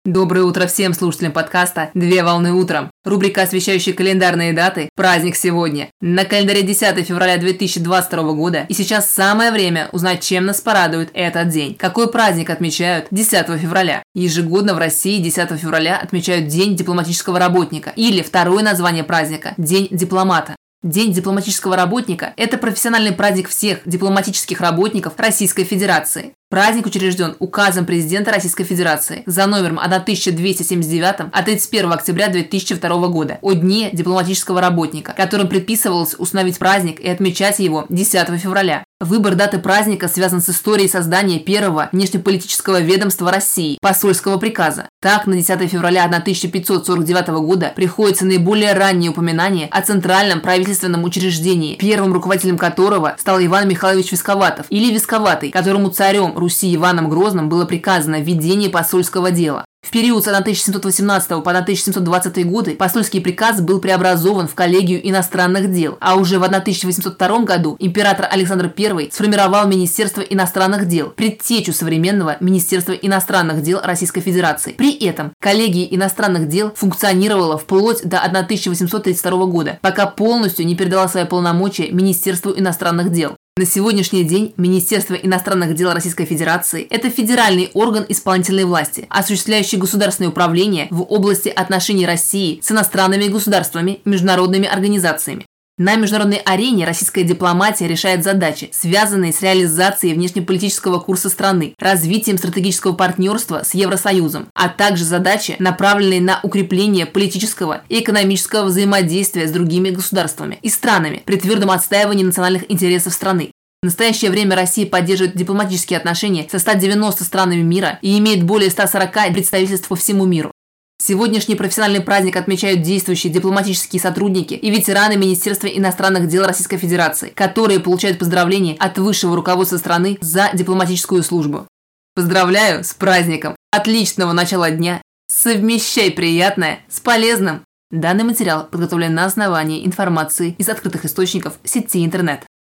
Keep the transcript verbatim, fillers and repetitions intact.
Доброе утро всем слушателям подкаста «Две волны утром». Рубрика, освещающая календарные даты, праздник сегодня. На календаре десятое февраля две тысячи двадцать второго года, и сейчас самое время узнать, чем нас порадует этот день. Какой праздник отмечают десятого февраля? Ежегодно в России десятого февраля отмечают День дипломатического работника, или второе название праздника – День дипломата. День дипломатического работника – это профессиональный праздник всех дипломатических работников Российской Федерации. Праздник учрежден указом президента Российской Федерации за номером тысяча двести семьдесят девять от тридцать первого октября две тысячи второго года о Дне дипломатического работника, которым предписывалось установить праздник и отмечать его десятого февраля. Выбор даты праздника связан с историей создания первого внешнеполитического ведомства России – посольского приказа. Так, на десятое февраля тысяча пятьсот сорок девятого года приходится наиболее раннее упоминание о Центральном правительственном учреждении, первым руководителем которого стал Иван Михайлович Висковатов, или Висковатый, которому царем Руси Иваном Грозным было приказано введение посольского дела. В период с тысяча семьсот восемнадцатого по тысяча семьсот двадцатые годы посольский приказ был преобразован в коллегию иностранных дел, а уже в тысяча восемьсот втором году император Александр Первый сформировал Министерство иностранных дел, предтечу современного Министерства иностранных дел Российской Федерации. При этом коллегия иностранных дел функционировала вплоть до тысяча восемьсот тридцать второго года, пока полностью не передала свои полномочия Министерству иностранных дел. На сегодняшний день Министерство иностранных дел Российской Федерации – это федеральный орган исполнительной власти, осуществляющий государственное управление в области отношений России с иностранными государствами и международными организациями. На международной арене российская дипломатия решает задачи, связанные с реализацией внешнеполитического курса страны, развитием стратегического партнерства с Евросоюзом, а также задачи, направленные на укрепление политического и экономического взаимодействия с другими государствами и странами при твердом отстаивании национальных интересов страны. В настоящее время Россия поддерживает дипломатические отношения со ста девяноста странами мира и имеет более ста сорока представительств по всему миру. Сегодняшний профессиональный праздник отмечают действующие дипломатические сотрудники и ветераны Министерства иностранных дел Российской Федерации, которые получают поздравления от высшего руководства страны за дипломатическую службу. Поздравляю с праздником! Отличного начала дня! Совмещай приятное с полезным! Данный материал подготовлен на основании информации из открытых источников сети интернет.